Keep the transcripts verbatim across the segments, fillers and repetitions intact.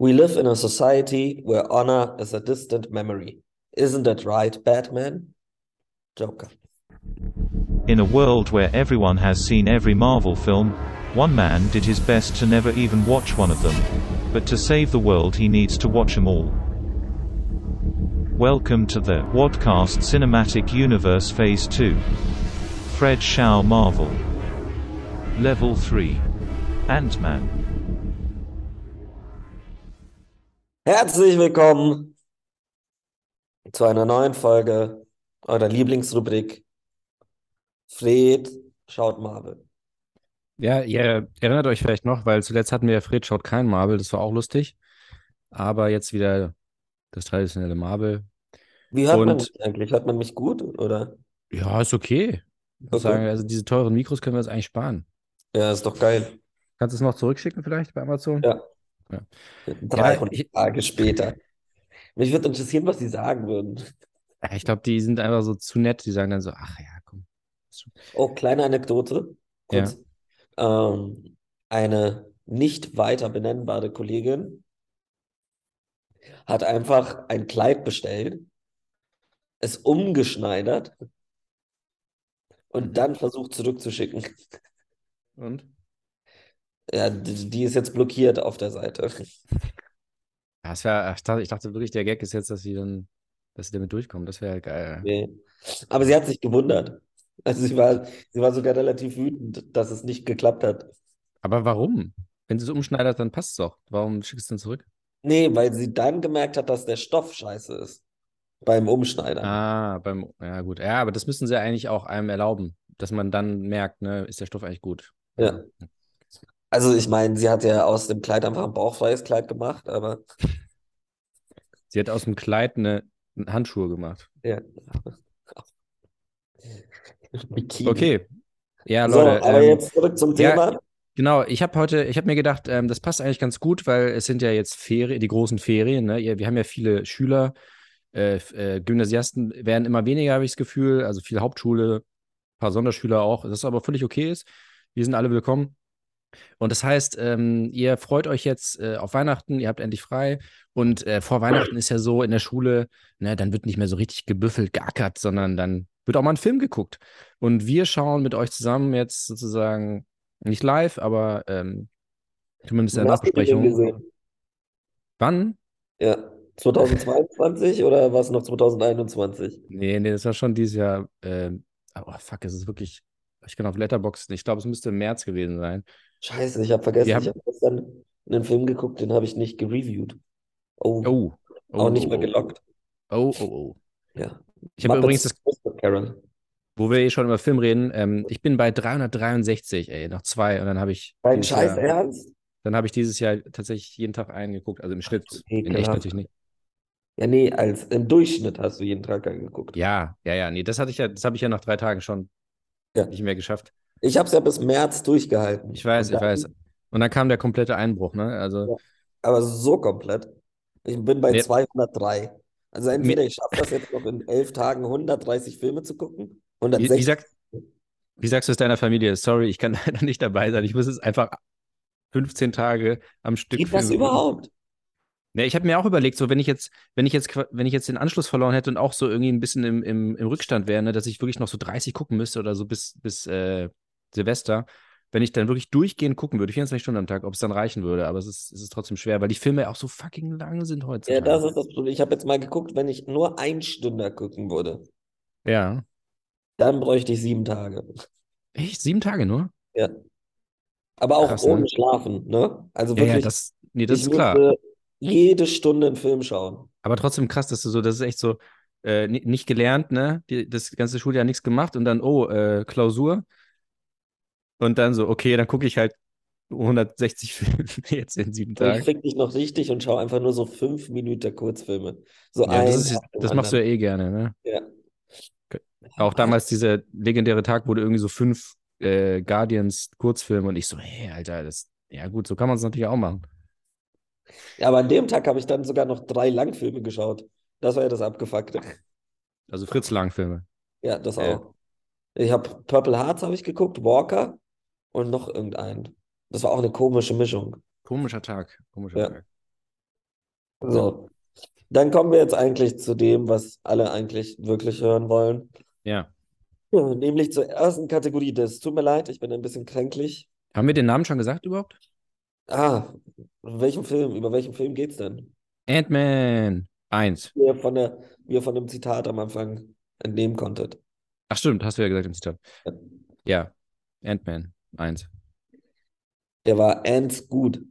We live in a society where honor is a distant memory. Isn't that right, Batman? Joker. In a world where everyone has seen every Marvel film, one man did his best to never even watch one of them. But to save the world he needs to watch them all. Welcome to the Wadcast Cinematic Universe Phase two. Fred Shaw Marvel. Level three. Ant-Man. Herzlich willkommen zu einer neuen Folge eurer Lieblingsrubrik Fred schaut Marvel. Ja, ihr erinnert euch vielleicht noch, weil zuletzt hatten wir ja Fred schaut kein Marvel, das war auch lustig. Aber jetzt wieder das traditionelle Marvel. Wie hört man Und mich eigentlich? Hört man mich gut, oder? ja, ist okay. Ich muss Okay. sagen, also diese teuren Mikros können wir uns eigentlich sparen. Ja, ist doch geil. Kannst du es noch zurückschicken vielleicht bei Amazon? Ja, Ja, dreihundert ich, Tage später. Mich würde interessieren, was sie sagen würden. ja, ich glaube, die sind einfach so zu nett. Die sagen dann so, ach ja, komm. Ist schon- Oh, kleine Anekdote. Ja, Kurz. Ähm, eine nicht weiter benennbare Kollegin hat einfach ein Kleid bestellt, es umgeschneidert und Mhm. dann versucht zurückzuschicken. und? Ja, die, die ist jetzt blockiert auf der Seite. Ja, es wär, ich dachte, ich dachte wirklich, der Gag ist jetzt, dass sie dann, dass sie damit durchkommen. Das wäre geil. Nee. Aber sie hat sich gewundert. Also sie war, sie war sogar relativ wütend, dass es nicht geklappt hat. Aber warum? Wenn sie es umschneidert, dann passt es doch. Warum schickst du es dann zurück? Nee, weil sie dann gemerkt hat, dass der Stoff scheiße ist beim Umschneidern. Ah, beim, ja gut. Ja, aber das müssen sie eigentlich auch einem erlauben, dass man dann merkt, ne, ist der Stoff eigentlich gut. Ja. Ja. Also ich meine, sie hat ja aus dem Kleid einfach ein bauchfreies Kleid gemacht, aber Sie hat aus dem Kleid eine, Handschuhe gemacht. ja. Bikini. Okay. Ja, So, Leute. aber Ähm, jetzt zurück zum ja, Thema. genau. Ich habe heute, ich habe mir gedacht, ähm, das passt eigentlich ganz gut, weil es sind ja jetzt Ferien, die großen Ferien. Ne? Ja, wir haben ja viele Schüler, äh, f- äh, Gymnasiasten werden immer weniger, habe ich das Gefühl. Also viel Hauptschule, ein paar Sonderschüler auch. Das aber völlig okay ist. Wir sind alle willkommen. Und das heißt, ähm, ihr freut euch jetzt äh, auf Weihnachten, ihr habt endlich frei. Und äh, vor Weihnachten ist ja so in der Schule, ne, dann wird nicht mehr so richtig gebüffelt, geackert, sondern dann wird auch mal ein Film geguckt. Und wir schauen mit euch zusammen jetzt sozusagen nicht live, aber ähm, zumindest in Wann der hast du den Film Nachbesprechung. gesehen? Wann? Ja, zweitausendzweiundzwanzig oder war es noch zweitausendeinundzwanzig? Nee, nee, das war schon dieses Jahr. Ähm, oh, fuck, es ist wirklich. Ich kann auf Letterboxd. Ich glaube, es müsste im März gewesen sein. Scheiße, ich habe Wir vergessen, ich haben. habe gestern einen Film geguckt, den habe ich nicht gereviewt. Oh, Oh, oh, auch nicht mehr oh, gelockt. oh, oh, oh. Ja. Ich habe übrigens Muppets das. Christmas Carol. Wo wir eh schon über Film reden, ähm, ich bin bei dreihundertdreiundsechzig, ey, noch zwei. Und dann habe ich Dein dieses Scheiß Jahr, Ernst? dann habe ich dieses Jahr tatsächlich jeden Tag einen geguckt, also im Schnitt. In echt Ekelhaft. natürlich nicht. Ja, nee, als im Durchschnitt hast du jeden Tag angeguckt. Ja, ja, ja, nee, das hatte ich ja, das habe ich ja nach drei Tagen schon Ja. nicht mehr geschafft. Ich habe es ja bis März durchgehalten. Ich weiß, Und ich weiß. dann, Und dann kam der komplette Einbruch, ne? Also, ja, aber so komplett. Ich bin bei nee, zweihundertdrei. Also entweder mir, ich schaffe das jetzt noch in elf Tagen hundertdreißig Filme zu gucken, wie, wie, hundertsechzig. sag, wie sagst du es deiner Familie? Sorry, ich kann leider nicht dabei sein. Ich muss jetzt einfach fünfzehn Tage am Stück Geht das Filme gucken. überhaupt? Ja, ich habe mir auch überlegt, so wenn ich jetzt, wenn ich jetzt, qua- wenn ich jetzt den Anschluss verloren hätte und auch so irgendwie ein bisschen im, im, im Rückstand wäre, ne, dass ich wirklich noch so dreißig gucken müsste oder so bis, bis äh, Silvester, wenn ich dann wirklich durchgehend gucken würde, vierundzwanzig Stunden am Tag, ob es dann reichen würde. Aber es ist, es ist trotzdem schwer, weil die Filme auch so fucking lang sind Ja, das heutzutage. ist das Problem. Ich habe jetzt mal geguckt, wenn ich nur ein Stünder gucken würde, Ja. dann bräuchte ich sieben Tage. Echt? Sieben Tage nur? Ja. Aber auch Krass, ne? ohne Schlafen, ne? Also Ja, ja, wirklich, das, nee, das ich ist klar. müsste jede Stunde einen Film schauen. Aber trotzdem krass, dass du so, das ist echt so, äh, ni- nicht gelernt, ne? Die, das ganze Schuljahr nichts gemacht und dann, oh, äh, Klausur. Und dann so, okay, dann gucke ich halt hundertsechzig Filme jetzt in sieben Und ich Tagen. fick dich noch richtig und schaue einfach nur so fünf Minuten Kurzfilme. So Ja, das ein ist, nach dem das machst du anderen. ja eh gerne, ne? Ja. Auch Was? damals dieser legendäre Tag, wo du irgendwie so fünf äh, Guardians-Kurzfilme und ich so, hey, Alter, das, ja gut, so kann man es natürlich auch machen. Ja, aber an dem Tag habe ich dann sogar noch drei Langfilme geschaut. Das war ja das Abgefuckte. Also Fritz-Lang-Filme. Ja, das Ja. auch. Ich habe Purple Hearts habe ich geguckt, Walker und noch irgendeinen. Das war auch eine komische Mischung. Komischer Tag, komischer Ja. Tag. So, dann kommen wir jetzt eigentlich zu dem, was alle eigentlich wirklich hören wollen. Ja. Ja, nämlich zur ersten Kategorie. Das tut mir leid, ich bin ein bisschen kränklich. Haben wir den Namen schon gesagt überhaupt? Ah, welchen Film? Über welchen Film geht's denn? Ant-Man eins. Wie ihr von der, wie ihr von dem Zitat am Anfang entnehmen konntet. Ach stimmt, hast du ja gesagt im Zitat. Ja, Ant-Man eins. Der war ends gut.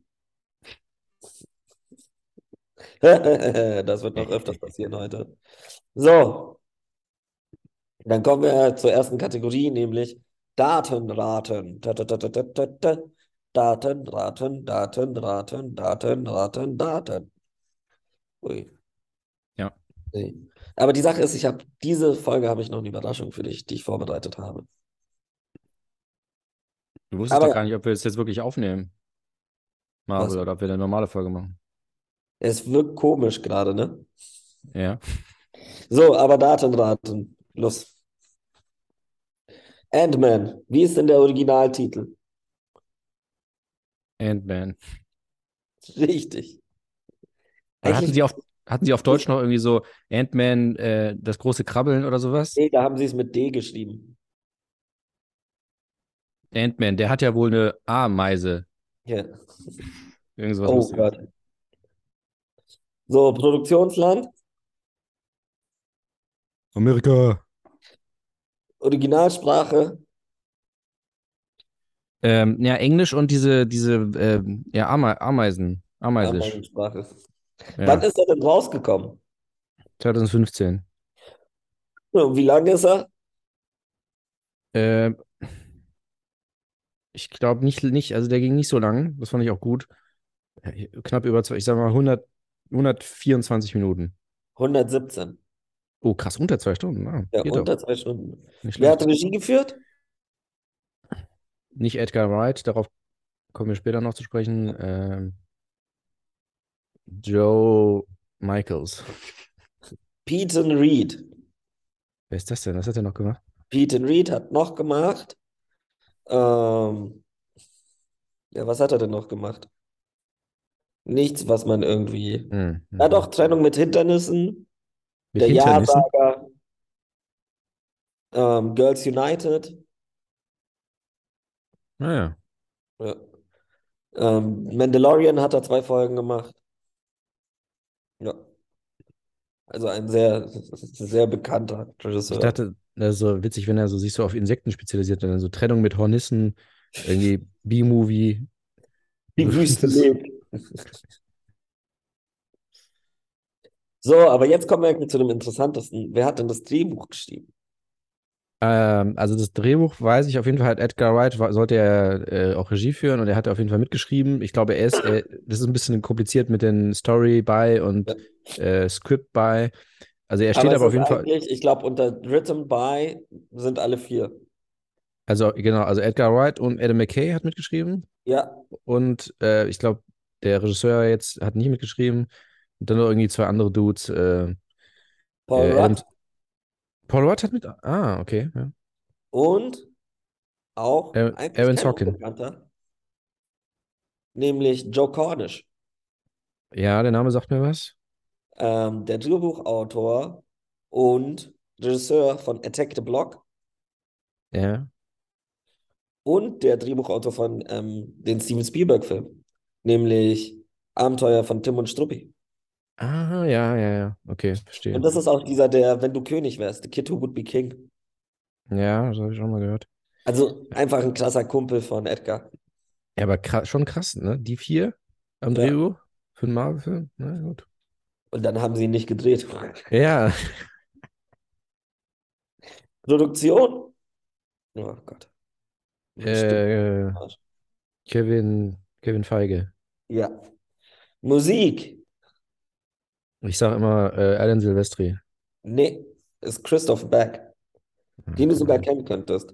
Das wird noch öfters passieren heute. So, dann kommen wir zur ersten Kategorie, nämlich Datenraten. Ta, ta, ta, ta, ta, ta, ta. Datenraten, Datenraten, Datenraten, Daten. Ui. Ja. Nee. Aber die Sache ist, ich habe diese Folge habe ich noch eine Überraschung für dich, die ich vorbereitet habe. Du wusstest Aber doch ja, gar nicht, ob wir es jetzt wirklich aufnehmen, was? Marvel, oder ob wir eine normale Folge machen. Es wirkt komisch gerade, ne? Ja. So, aber Datenraten. Los. Ant-Man. Wie ist denn der Originaltitel? Ant-Man. Richtig. Oder hatten Eigentlich, sie auf, hatten sie auf Deutsch noch irgendwie so Ant-Man, äh, das große Krabbeln oder sowas? nee, da haben sie es mit D geschrieben. Ant-Man, der hat ja wohl eine Ameise. Ja. Irgend sowas Oh Lustiges. Gott. So, Produktionsland, Amerika. Originalsprache, Ähm, ja, Englisch und diese, diese, ähm, ja, Ame Ameisen. Ameisisch. Sprache. Wann Ja, ist er denn rausgekommen? zwanzig fünfzehn. Und wie lange ist er? Äh, Ich glaube nicht, nicht, also der ging nicht so lang. Das fand ich auch gut. Ja, knapp über zwei, ich sag mal hundert, hundertvierundzwanzig Minuten. hundertsiebzehn. Oh, krass, unter zwei Stunden. Ah, Ja, geht doch. unter zwei Stunden. Nicht Wer hat schlecht. Regie geführt? Nicht Edgar Wright, darauf kommen wir später noch zu sprechen. Ähm, Joe Michaels. Peyton Reed. Wer ist das denn? Was hat er noch gemacht? Peyton Reed hat noch gemacht. Ähm, ja, was hat er denn noch gemacht? Nichts, was man irgendwie. Hm, Ja, doch, mhm. Trennung mit Hindernissen. Mit Der Hinternissen? Ja-Sager. Ähm, Girls United. Naja. Ja. Ähm, Mandalorian hat er zwei Folgen gemacht. Ja, also ein sehr, sehr bekannter Ich Regisseur. dachte, das ist so witzig, wenn er so sich so auf Insekten spezialisiert hat, dann so Trennung mit Hornissen, irgendwie B-Movie. Die Wüste lebt. So, aber jetzt kommen wir eigentlich zu dem Interessantesten. Wer hat denn das Drehbuch geschrieben? Ähm, also das Drehbuch weiß ich auf jeden Fall, hat Edgar Wright, war- sollte er äh, auch Regie führen und er hat auf jeden Fall mitgeschrieben. Ich glaube, er ist, er, das ist ein bisschen kompliziert mit den Story by und Ja. äh, Script by. Also er steht Aber es aber auf ist jeden Fall, eigentlich, ich glaube, unter Written by sind alle vier. also genau, also Edgar Wright und Adam McKay hat mitgeschrieben Ja, und äh, ich glaube, der Regisseur jetzt hat nicht mitgeschrieben und dann noch irgendwie zwei andere Dudes. Äh, Paul äh, Adam, Rudd Paul Rudd hat mit, ah, okay, ja. und auch Aaron, eigentlich Aaron kein Sorkin. Unbekannter, nämlich Joe Cornish, Ja, der Name sagt mir was. ähm, der Drehbuchautor und Regisseur von Attack the Block Ja. und der Drehbuchautor von ähm, den Steven Spielberg-Filmen, nämlich Abenteuer von Tim und Struppi. Ah, ja, ja, ja. Okay, Und verstehe. das ist auch dieser, der, wenn du König wärst, The Kid Who Would Be King. Ja, das habe ich schon mal gehört. Also einfach ein krasser Kumpel von Edgar. Ja, aber krass, schon krass, ne? Die vier am Ja. Drehbuch für einen Marvel-Film. Na gut. Und dann haben sie ihn nicht gedreht. Ja, Produktion? Oh Gott. Stimmt. äh, Kevin, Kevin Feige. Ja. Musik? Ich sage immer äh, Alan Silvestri. Nee, ist Christoph Beck, Hm, den du keine sogar Ahnung. kennen könntest.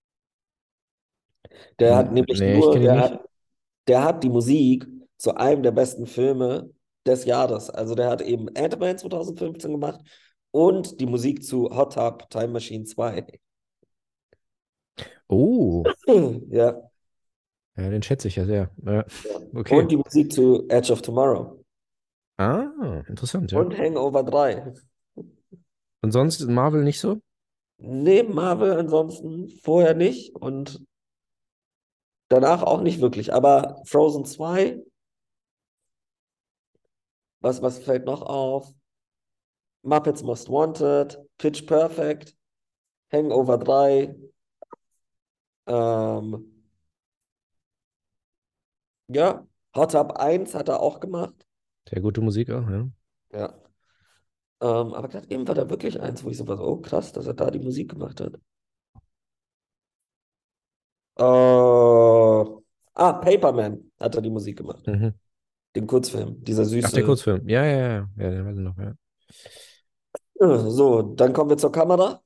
Der hat Hm, nämlich nee, ich nur, kenne ihn der nicht. hat, der hat die Musik zu einem der besten Filme des Jahres. Also der hat eben Ant-Man zwanzig fünfzehn gemacht und die Musik zu Hot Tub Time Machine zwei. Oh, Ja. ja, den schätze ich ja sehr. Ja, Ja. Und okay. die Musik zu Edge of Tomorrow. Ah, interessant, ja. Und Hangover drei. Und sonst Marvel nicht so? Neben Marvel ansonsten vorher nicht und danach auch nicht wirklich. Aber Frozen zwei, was, was fällt noch auf? Muppets Most Wanted, Pitch Perfect, Hangover drei, ähm, ja, Hot Tub eins hat er auch gemacht. Sehr gute Musik auch, ja. Ja. Ähm, aber gerade eben war da wirklich eins, wo ich so war, so, oh krass, dass er da die Musik gemacht hat. Äh, ah, Paperman hat er die Musik gemacht. Mhm. Den Kurzfilm, dieser Ach, der süße. Kurzfilm. Ja, ja, ja. Ja, den weiß ich noch, ja. Äh, So, dann kommen wir zur Kamera.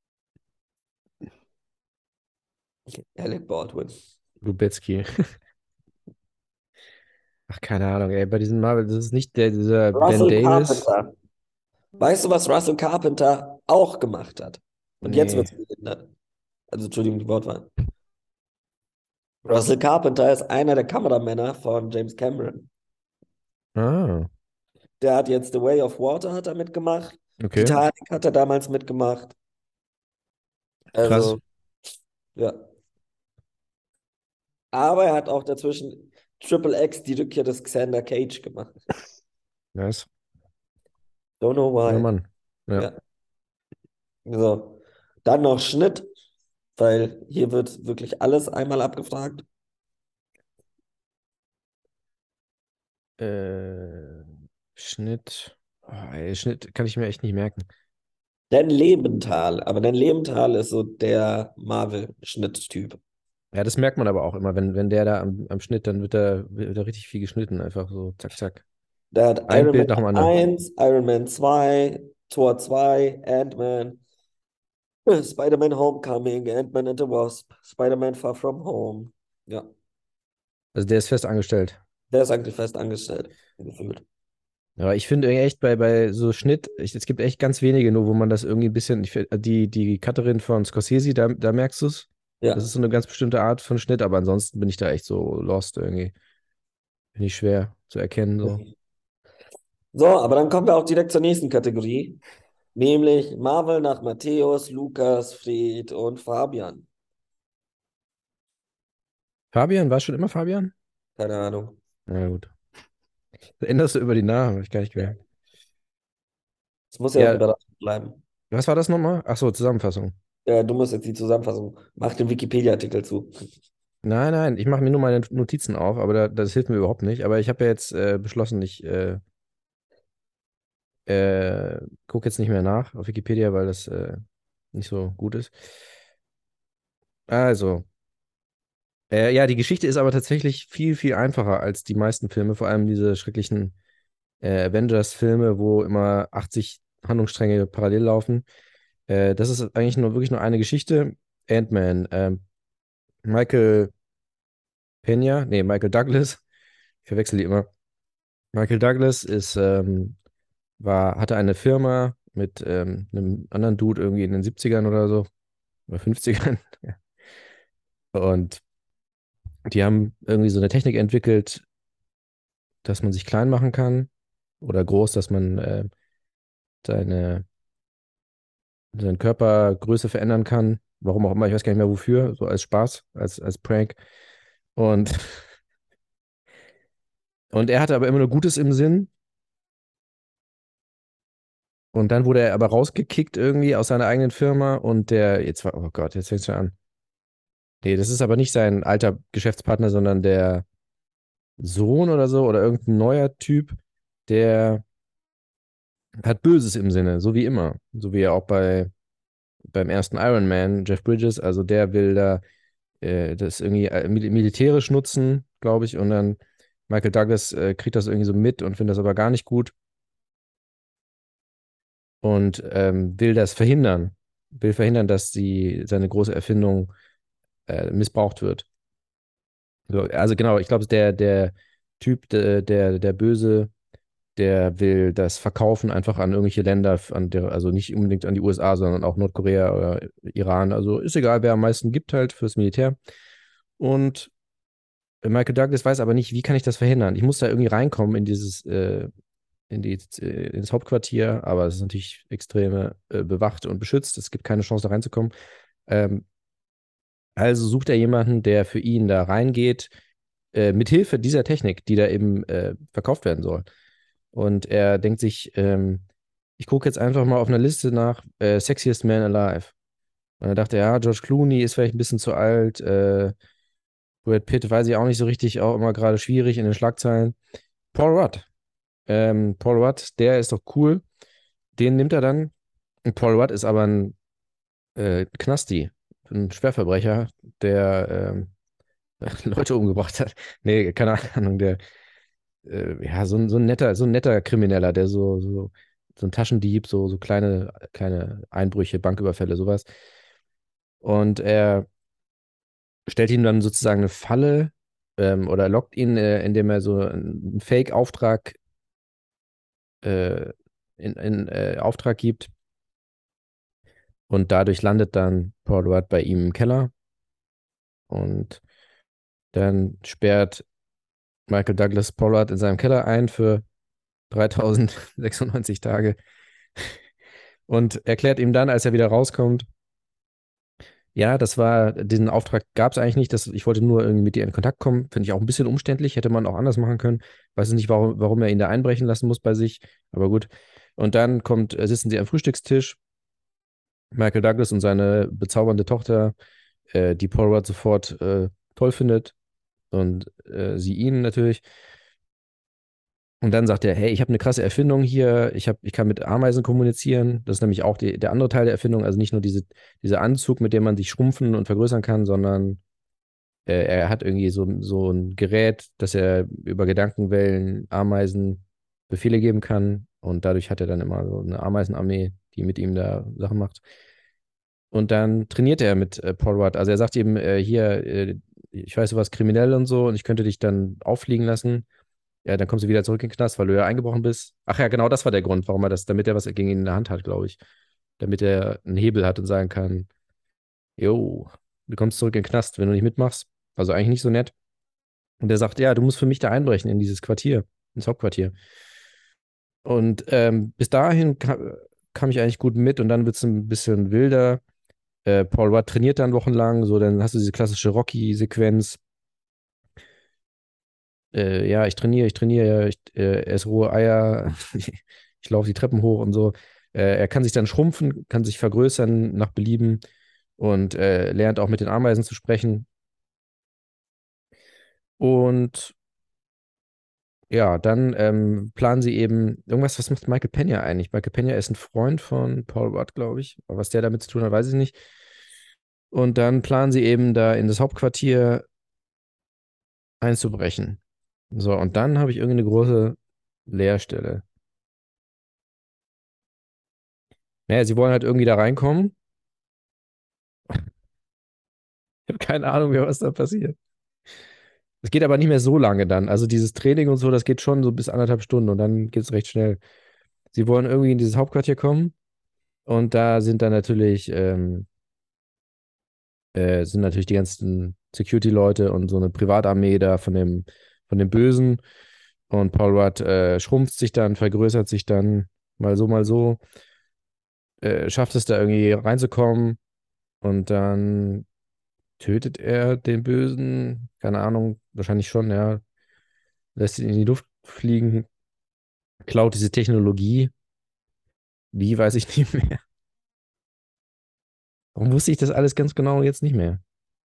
Alec Baldwin. Lubetzky. Ach, keine Ahnung, ey. Bei diesem Marvel, das ist nicht der, dieser Ben Russell Davis. Carpenter. Weißt du, was Russell Carpenter auch gemacht hat? Und jetzt wird Nee. es behindert. Also, Entschuldigung, die Wortwahl. Russell Carpenter ist einer der Kameramänner von James Cameron. Ah, Der hat jetzt The Way of Water hat er mitgemacht. okay. Titanic hat er damals mitgemacht. Krass. Also, ja. Aber er hat auch dazwischen Triple X, die Rückkehr des Xander Cage gemacht. Nice. Don't know Junger why. Mann. Ja. Ja. So. Dann noch Schnitt, weil hier wird wirklich alles einmal abgefragt. Äh, Schnitt. Oh, ey, Schnitt kann ich mir echt nicht merken. Dan Lebenthal, aber Dan Lebenthal ist so der Marvel-Schnitttyp. Ja, das merkt man aber auch immer, wenn, wenn der da am, am Schnitt, dann wird da, wird da richtig viel geschnitten, einfach so, zack, zack. Der hat Ein Iron Man Bild nach dem anderen. eins, Iron Man zwei, Thor zwei, Ant-Man, Spider-Man Homecoming, Ant-Man and the Wasp, Spider-Man Far From Home. Ja, Also der ist fest angestellt. der ist eigentlich fest angestellt, gefühlt. Ja, ich finde echt bei, bei so Schnitt, ich, es gibt echt ganz wenige nur, wo man das irgendwie ein bisschen, ich, find, die, die Cutterin von Scorsese, da, da merkst du es. Das Ja. ist so eine ganz bestimmte Art von Schnitt, aber ansonsten bin ich da echt so lost irgendwie. Finde ich schwer zu erkennen, so. So, aber dann kommen wir auch direkt zur nächsten Kategorie, nämlich Marvel nach Matthäus, Lukas, Fred und Fabian. Fabian, war es schon immer Fabian? Keine Ahnung. Na gut. Da änderst du über die Namen, hab ich gar nicht Ja. gemerkt. Es muss ja Ja, überraschend bleiben. was war das nochmal? Ach so, Zusammenfassung. Ja, du musst jetzt die Zusammenfassung. Mach den Wikipedia-Artikel zu. Nein, nein, ich mache mir nur meine Notizen auf, aber da, das hilft mir überhaupt nicht. Aber ich habe ja jetzt äh, beschlossen, ich äh, äh, gucke jetzt nicht mehr nach auf Wikipedia, weil das äh, nicht so gut ist. Also, äh, ja, die Geschichte ist aber tatsächlich viel, viel einfacher als die meisten Filme, vor allem diese schrecklichen äh, Avengers-Filme, wo immer achtzig Handlungsstränge parallel laufen. Äh, das ist eigentlich nur wirklich nur eine Geschichte. Ant-Man, ähm, Michael Pena, nee, Michael Douglas, ich verwechsel die immer. Michael Douglas ist, ähm, war, hatte eine Firma mit ähm, einem anderen Dude irgendwie in den siebzigern oder so, oder fünfzigern. Ja. Und die haben irgendwie so eine Technik entwickelt, dass man sich klein machen kann oder groß, dass man äh, seine, seine Körpergröße verändern kann. Warum auch immer, ich weiß gar nicht mehr wofür, so als Spaß, als, als Prank. Und, und er hatte aber immer nur Gutes im Sinn. Und dann wurde er aber rausgekickt irgendwie aus seiner eigenen Firma und der, jetzt war, oh Gott, jetzt fängst du an. Nee, das ist aber nicht sein alter Geschäftspartner, sondern der Sohn oder so oder irgendein neuer Typ, der hat Böses im Sinne, so wie immer. So wie er auch bei beim ersten Iron Man, Jeff Bridges, also der will da äh, das irgendwie äh, mil militärisch nutzen, glaube ich, und dann Michael Douglas äh, kriegt das irgendwie so mit und findet das aber gar nicht gut und ähm, will das verhindern, will verhindern, dass die, seine große Erfindung äh, missbraucht wird. So, also genau, ich glaube, der, der Typ, der, der, der Böse, der will das verkaufen einfach an irgendwelche Länder, an der, also nicht unbedingt an die U S A, sondern auch Nordkorea oder Iran. Also ist egal, wer am meisten gibt halt fürs Militär. Und Michael Douglas weiß aber nicht, wie kann ich das verhindern? Ich muss da irgendwie reinkommen in dieses, äh, in die, äh, ins Hauptquartier, aber es ist natürlich extrem äh, bewacht und beschützt. Es gibt keine Chance, da reinzukommen. Ähm, also sucht er jemanden, der für ihn da reingeht, äh, mit Hilfe dieser Technik, die da eben äh, verkauft werden soll. Und er denkt sich, ähm, ich gucke jetzt einfach mal auf einer Liste nach äh, Sexiest Man Alive. Und er dachte, ja, George Clooney ist vielleicht ein bisschen zu alt. Äh, Brad Pitt weiß ich auch nicht so richtig, auch immer gerade schwierig in den Schlagzeilen. Paul Rudd. Ähm, Paul Rudd, der ist doch cool. Den nimmt er dann. Und Paul Rudd ist aber ein äh, Knasti, ein Schwerverbrecher, der ähm, Leute umgebracht hat. Nee, keine Ahnung, der, äh, ja, so ein, so ein netter, so ein netter Krimineller, der so, so, so ein Taschendieb, so, so kleine, kleine Einbrüche, Banküberfälle, sowas. Und er stellt ihm dann sozusagen eine Falle ähm, oder lockt ihn, äh, indem er so einen Fake-Auftrag äh, in, in äh, Auftrag gibt. Und dadurch landet dann Paul Rudd bei ihm im Keller. Und dann sperrt Michael Douglas Paul Rudd in seinem Keller ein für dreitausendsechsundneunzig Tage und erklärt ihm dann, als er wieder rauskommt, ja, das war, diesen Auftrag gab es eigentlich nicht, das, ich wollte nur irgendwie mit dir in Kontakt kommen. Finde ich auch ein bisschen umständlich, hätte man auch anders machen können. Weiß nicht, warum, warum er ihn da einbrechen lassen muss bei sich, aber gut. Und dann kommt, äh, sitzen sie am Frühstückstisch, Michael Douglas und seine bezaubernde Tochter, äh, die Paul Rudd sofort äh, toll findet und äh, sie ihn natürlich. Und dann sagt er, hey, ich habe eine krasse Erfindung hier, ich hab, ich kann mit Ameisen kommunizieren. Das ist nämlich auch die, der andere Teil der Erfindung, also nicht nur diese, dieser Anzug, mit dem man sich schrumpfen und vergrößern kann, sondern äh, er hat irgendwie so, so ein Gerät, dass er über Gedankenwellen Ameisen Befehle geben kann. Und dadurch hat er dann immer so eine Ameisenarmee, die mit ihm da Sachen macht. Und dann trainiert er mit äh, Paul Rudd. Also er sagt ihm, äh, hier, äh, ich weiß, du warst kriminell und so und ich könnte dich dann auffliegen lassen. Ja, dann kommst du wieder zurück in den Knast, weil du ja eingebrochen bist. Ach ja, genau das war der Grund, warum er das, damit er was gegen ihn in der Hand hat, glaube ich. Damit er einen Hebel hat und sagen kann, jo, du kommst zurück in den Knast, wenn du nicht mitmachst. Also eigentlich nicht so nett. Und der sagt, ja, du musst für mich da einbrechen in dieses Quartier, ins Hauptquartier. Und ähm, bis dahin kam, kam ich eigentlich gut mit und dann wird es ein bisschen wilder. Äh, Paul Rudd trainiert dann wochenlang, so dann hast du diese klassische Rocky-Sequenz. Äh, ja, ich trainiere, ich trainiere, ich äh, esse rohe Eier, ich laufe die Treppen hoch und so. Äh, er kann sich dann schrumpfen, kann sich vergrößern nach Belieben und äh, lernt auch mit den Ameisen zu sprechen. Und ja, dann ähm, planen sie eben irgendwas, was macht Michael Peña eigentlich? Michael Peña ist ein Freund von Paul Rudd, glaube ich. Aber was der damit zu tun hat, weiß ich nicht. Und dann planen sie eben da in das Hauptquartier einzubrechen. So, und dann habe ich irgendeine große Leerstelle. Naja, sie wollen halt irgendwie da reinkommen. Ich habe keine Ahnung mehr, was da passiert. Es geht aber nicht mehr so lange dann. Also dieses Training und so, das geht schon so bis anderthalb Stunden und dann geht es recht schnell. Sie wollen irgendwie in dieses Hauptquartier kommen und da sind dann natürlich, ähm, äh, sind natürlich die ganzen Security-Leute und so eine Privatarmee da von dem, von dem Bösen. Und Paul Rudd äh, schrumpft sich dann, vergrößert sich dann mal so, mal so, äh, schafft es da irgendwie reinzukommen und dann tötet er den Bösen? Keine Ahnung, wahrscheinlich schon, ja. Lässt ihn in die Luft fliegen, klaut diese Technologie. Wie, weiß ich nicht mehr. Warum wusste ich das alles ganz genau jetzt nicht mehr?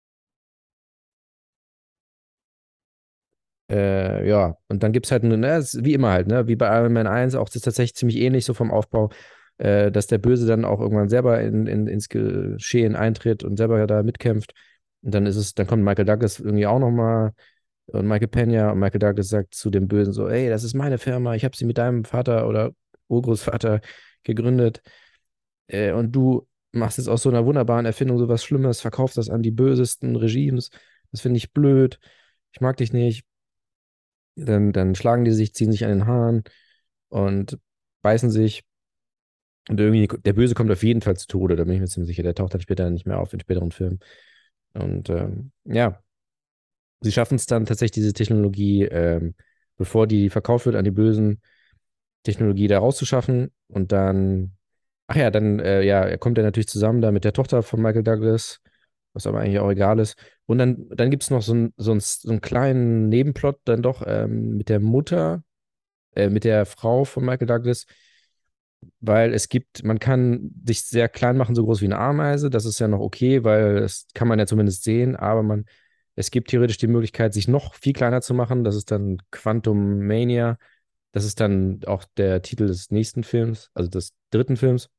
Äh, ja, und dann gibt es halt, eine, ne, es ist wie immer halt, ne, wie bei Iron Man eins, auch das ist tatsächlich ziemlich ähnlich so vom Aufbau, äh, dass der Böse dann auch irgendwann selber in, in, ins Geschehen eintritt und selber da mitkämpft. Und dann ist es, dann kommt Michael Douglas irgendwie auch nochmal und Michael Peña und Michael Douglas sagt zu dem Bösen so, ey, das ist meine Firma, ich habe sie mit deinem Vater oder Urgroßvater gegründet äh, und du machst jetzt aus so einer wunderbaren Erfindung so was Schlimmes, verkaufst das an die bösesten Regimes, das finde ich blöd, ich mag dich nicht. Dann, dann schlagen die sich, ziehen sich an den Haaren und beißen sich. Und irgendwie, der Böse kommt auf jeden Fall zu Tode, da bin ich mir ziemlich sicher. Der taucht dann später nicht mehr auf in späteren Filmen. Und ähm, ja, sie schaffen es dann tatsächlich, diese Technologie, ähm, bevor die verkauft wird an die Bösen, Technologie da rauszuschaffen. Und dann, ach ja, dann, äh, ja, er kommt ja natürlich zusammen da mit der Tochter von Michael Douglas, was aber eigentlich auch egal ist. Und dann, dann gibt es noch so, ein, so, ein, so einen kleinen Nebenplot dann doch ähm, mit der Mutter, äh, mit der Frau von Michael Douglas, weil es gibt, man kann sich sehr klein machen, so groß wie eine Ameise. Das ist ja noch okay, weil das kann man ja zumindest sehen, aber man, es gibt theoretisch die Möglichkeit, sich noch viel kleiner zu machen. Das ist dann Quantum Mania. Das ist dann auch der Titel des nächsten Films, also des dritten Films.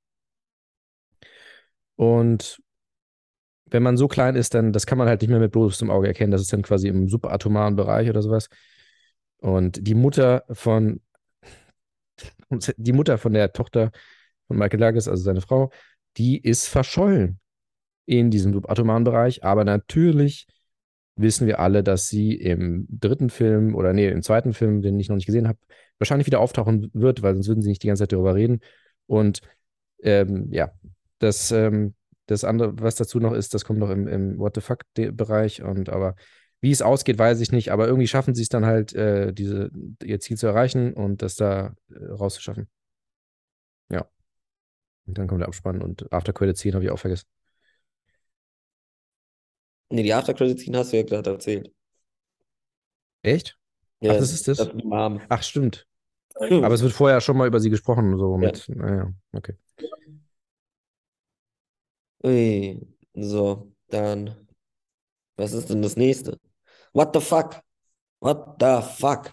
Und wenn man so klein ist, dann, das kann man halt nicht mehr mit bloßem Auge erkennen. Das ist dann quasi im subatomaren Bereich oder sowas. Und die Mutter von, die Mutter von der Tochter von Michael Douglas, also seine Frau, die ist verschollen in diesem subatomaren Bereich. Aber natürlich wissen wir alle, dass sie im dritten Film oder nee, im zweiten Film, den ich noch nicht gesehen habe, wahrscheinlich wieder auftauchen wird, weil sonst würden sie nicht die ganze Zeit darüber reden. Und ähm, ja, das, ähm, das andere, was dazu noch ist, das kommt noch im, im What the fuck-Bereich. Und aber wie es ausgeht, weiß ich nicht. Aber irgendwie schaffen sie es dann halt, äh, diese, ihr Ziel zu erreichen und das da äh, rauszuschaffen. Ja. Und dann kommt der Abspann und After Credit Scene habe ich auch vergessen. Nee, die After-Credit-Scene hast du ja gerade erzählt. Echt? Ach, Ja, das ist das das? ist die Mom. Ach, stimmt. Aber es wird vorher schon mal über sie gesprochen, so Ja. mit, naja, okay. Ui. So, dann, was ist denn das nächste? What the fuck? What the fuck?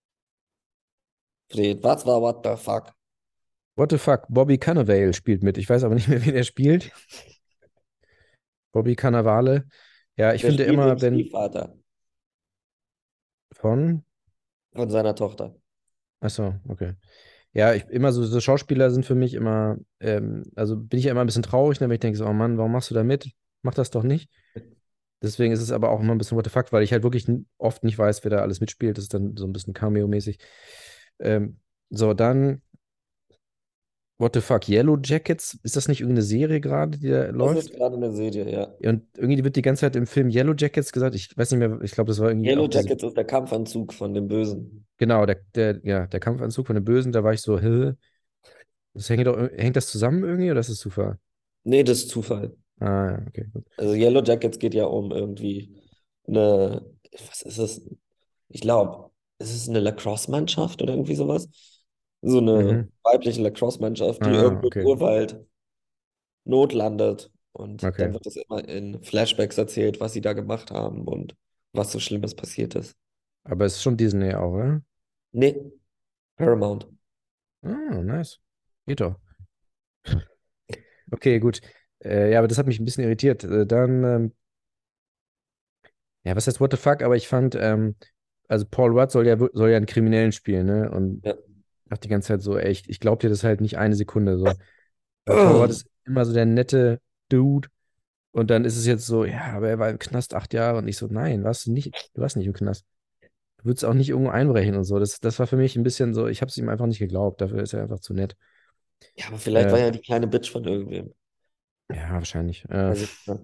Fred, was war what the fuck? What the fuck? Bobby Cannavale spielt mit. Ich weiß aber nicht mehr, wen er spielt. Bobby Cannavale. Ja, ich Der finde spielt den immer, wenn Stiefvater von. von seiner Tochter. Achso, okay. Ja, ich, immer so, so Schauspieler sind für mich immer, ähm, also bin ich ja immer ein bisschen traurig, ne, wenn ich denke so, oh Mann, warum machst du da mit? Mach das doch nicht. Deswegen ist es aber auch immer ein bisschen what the fuck, weil ich halt wirklich n- oft nicht weiß, wer da alles mitspielt. Das ist dann so ein bisschen Cameo-mäßig. Ähm, so, dann What the fuck, Yellow Jackets? Ist das nicht irgendeine Serie gerade, die da Das ist läuft? gerade eine Serie, ja. Ja, und irgendwie wird die ganze Zeit im Film Yellow Jackets gesagt. Ich weiß nicht mehr, ich glaube, das war irgendwie Yellow auch diese, Jackets ist der Kampfanzug von dem Bösen. genau, der, der, ja, der Kampfanzug von den Bösen. Da war ich so, hä? Das hängt doch, hängt das zusammen irgendwie oder ist das Zufall? Nee, das ist Zufall. Ah, ja, okay, gut. Also Yellow Jackets geht ja um irgendwie eine, was ist es? Ich glaube, ist es eine Lacrosse-Mannschaft oder irgendwie sowas? So eine Mhm. weibliche Lacrosse-Mannschaft, die Ah, irgendwo im okay, Urwald notlandet. Und okay. dann wird das immer in Flashbacks erzählt, was sie da gemacht haben und was so Schlimmes passiert ist. Aber es ist schon Disney auch, oder? Nee, Paramount. Ah, nice. Geht doch. Okay, gut. Äh, ja, aber das hat mich ein bisschen irritiert. Äh, dann, ähm, ja, was heißt what the fuck? Aber ich fand, ähm, also Paul Rudd soll ja, wir- soll ja einen Kriminellen spielen, ne? Und Ja. dachte die ganze Zeit so, echt, ich glaub dir das halt nicht eine Sekunde so. Weil Paul Rudd ist immer so der nette Dude. Und dann ist es jetzt so, ja, aber er war im Knast acht Jahre und ich so, nein, warst du nicht, du warst nicht im Knast. Du würdest auch nicht irgendwo einbrechen und so. Das, das war für mich ein bisschen so, ich habe es ihm einfach nicht geglaubt. Dafür ist er einfach zu nett. Ja, aber vielleicht war Äh, ja die kleine Bitch von irgendwem. ja, wahrscheinlich. Äh, Weiß ich nicht.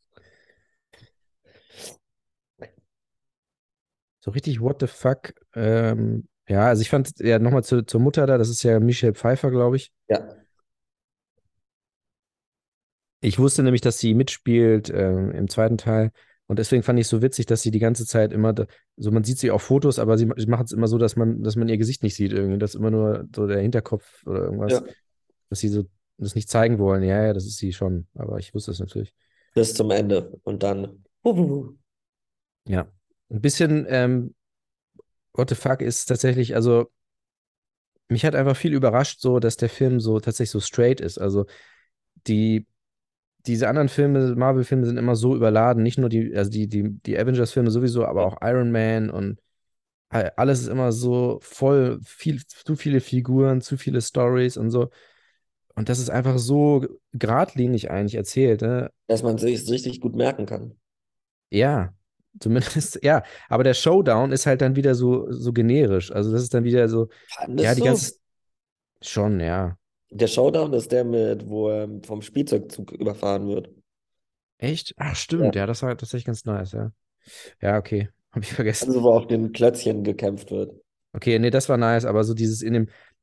so richtig what the fuck. Ähm, ja, also ich fand, ja, nochmal zu, zur Mutter da, das ist ja Michelle Pfeiffer, glaube ich. Ja. Ich wusste nämlich, dass sie mitspielt ähm, im zweiten Teil. Und deswegen fand ich es so witzig, dass sie die ganze Zeit immer, da, so man sieht sie auf Fotos, aber sie, sie macht es immer so, dass man, dass man ihr Gesicht nicht sieht irgendwie. Das ist immer nur so der Hinterkopf oder irgendwas, Ja. dass sie so das nicht zeigen wollen. Ja, ja, das ist sie schon. Aber ich wusste es natürlich. Bis zum Ende. Und dann. Huhuhu. Ja. Ein bisschen, ähm, what the fuck ist tatsächlich, also mich hat einfach viel überrascht, so, dass der Film so tatsächlich so straight ist. Also die diese anderen Filme, Marvel-Filme sind immer so überladen, nicht nur die, also die, die, die Avengers-Filme sowieso, aber Ja. auch Iron Man und all- alles ist immer so voll, viel, zu viele Figuren, zu viele Stories und so. Und das ist einfach so geradlinig eigentlich erzählt, ne? Dass man sich richtig gut merken kann. Ja, zumindest, ja. Aber der Showdown ist halt dann wieder so, so generisch. Also das ist dann wieder so, ja, Fandest die du? ganze, schon, ja. Der Showdown ist der mit, wo er vom Spielzeugzug überfahren wird. Echt? Ach, Ja. stimmt, ja, das war tatsächlich ganz nice, ja. Ja, okay, habe ich vergessen. Also wo auf den Klötzchen gekämpft wird. Okay, nee, das war nice, aber so dieses in dem,